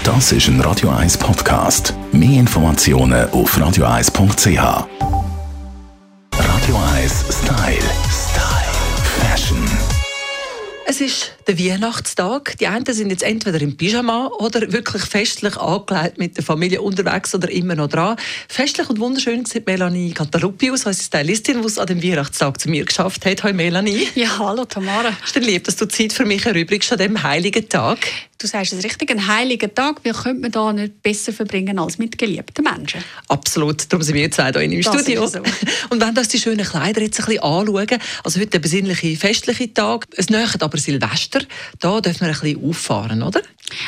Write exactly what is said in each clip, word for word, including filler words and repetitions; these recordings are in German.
Das ist ein Radio eins Podcast. Mehr Informationen auf radio eins punkt c h. Radio eins Style. Style. Fashion. Es ist der Weihnachtstag. Die einen sind jetzt entweder im Pyjama oder wirklich festlich angekleidet mit der Familie unterwegs oder immer noch dran. Festlich und wunderschön sieht Melanie Cantaluppi aus, unsere Stylistin, die es an dem Weihnachtstag zu mir geschafft hat. Hallo Melanie. Ja, hallo Tamara. Ist dir lieb, dass du Zeit für mich erübrigst an diesem heiligen Tag? Du sagst es richtig, ein heiliger Tag. Wie könnte man da nicht besser verbringen als mit geliebten Menschen? Absolut, darum sind wir zwei hier im das Studio. Ist so. Und wenn wir uns die schönen Kleider jetzt ein bisschen anschauen, also heute ein besinnlicher, festlicher Tag, es nähert aber Silvester, da dürfen wir ein bisschen auffahren, oder?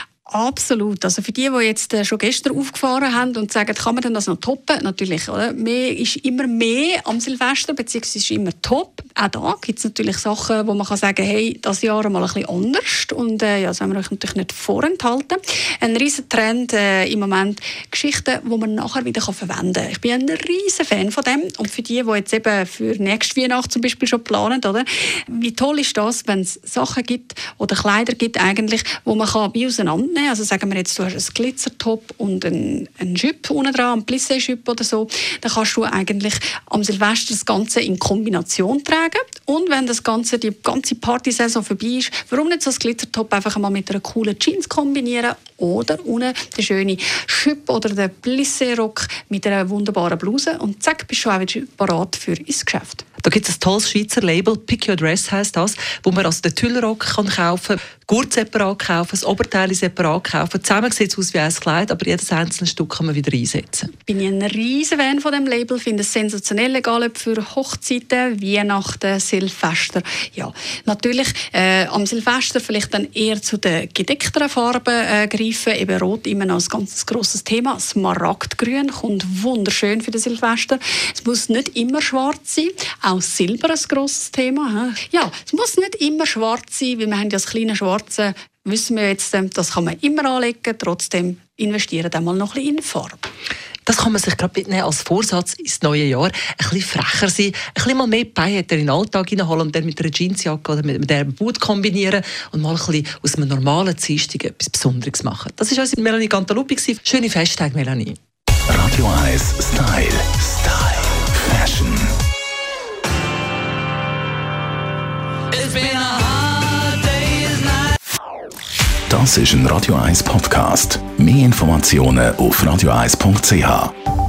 Absolut. Also für die, die jetzt schon gestern aufgefahren haben und sagen, kann man denn das noch toppen? Natürlich, oder? Mehr ist immer mehr am Silvester, beziehungsweise ist immer top. Auch da gibt es natürlich Sachen, wo man kann sagen, hey, das Jahr mal ein bisschen anders. Und äh, ja, das wollen wir euch natürlich nicht vorenthalten. Ein riesen Trend äh, im Moment, Geschichten, die man nachher wieder kann verwenden kann. Ich bin ein riesen Fan von dem. Und für die, die jetzt eben für nächste Weihnacht zum Beispiel schon planen, oder? Wie toll ist das, wenn es Sachen gibt oder Kleider gibt eigentlich, wo man kann wie auseinandernehmen. Also sagen wir jetzt, du hast einen Glitzertop und einen, einen Jupe unten dran, einen Plissé-Jupe oder so, dann kannst du eigentlich am Silvester das Ganze in Kombination tragen. Und wenn das Ganze, die ganze Partysaison vorbei ist, warum nicht so das Glitzertop einfach mal mit einer coolen Jeans kombinieren oder unten den schönen Jupe oder den Plissé-Rock mit einer wunderbaren Bluse und zack, bist du auch wieder parat für ins Geschäft. Da gibt es ein tolles Schweizer Label, Pick Your Dress heisst das, wo man also den Tüllrock kann kaufen kann, Gurt separat kaufen, das Oberteil separat kaufen. Zusammen sieht es aus wie ein Kleid, aber jedes einzelne Stück kann man wieder einsetzen. Bin ich ein riesen Fan von dem Label, finde es sensationell, egal ob für Hochzeiten, Weihnachten, Silvester. Ja, natürlich äh, am Silvester vielleicht dann eher zu den gedeckteren Farben äh, greifen, eben Rot immer noch ein ganz grosses Thema, Smaragdgrün kommt wunderschön für den Silvester. Es muss nicht immer schwarz sein, auch Silber ein grosses Thema. Ja, es muss nicht immer schwarz sein, weil wir haben ja das kleine Schwarze, wissen wir jetzt, das kann man immer anlegen, trotzdem investieren wir mal noch ein bisschen in Farbe. Das kann man sich gerade mitnehmen als Vorsatz ins neue Jahr. Ein bisschen frecher sein, ein bisschen mal mehr Pailletten in den Alltag hineinholen und dann mit einer Jeansjacke oder mit einem Boot kombinieren und mal ein bisschen aus einem normalen Dienstag etwas Besonderes machen. Das war unsere Melanie Cantaluppi. Schöne Festtage, Melanie. Radio eins Style. Style. Fashion. Das ist ein Radio eins Podcast. Mehr Informationen auf radio eins punkt c h.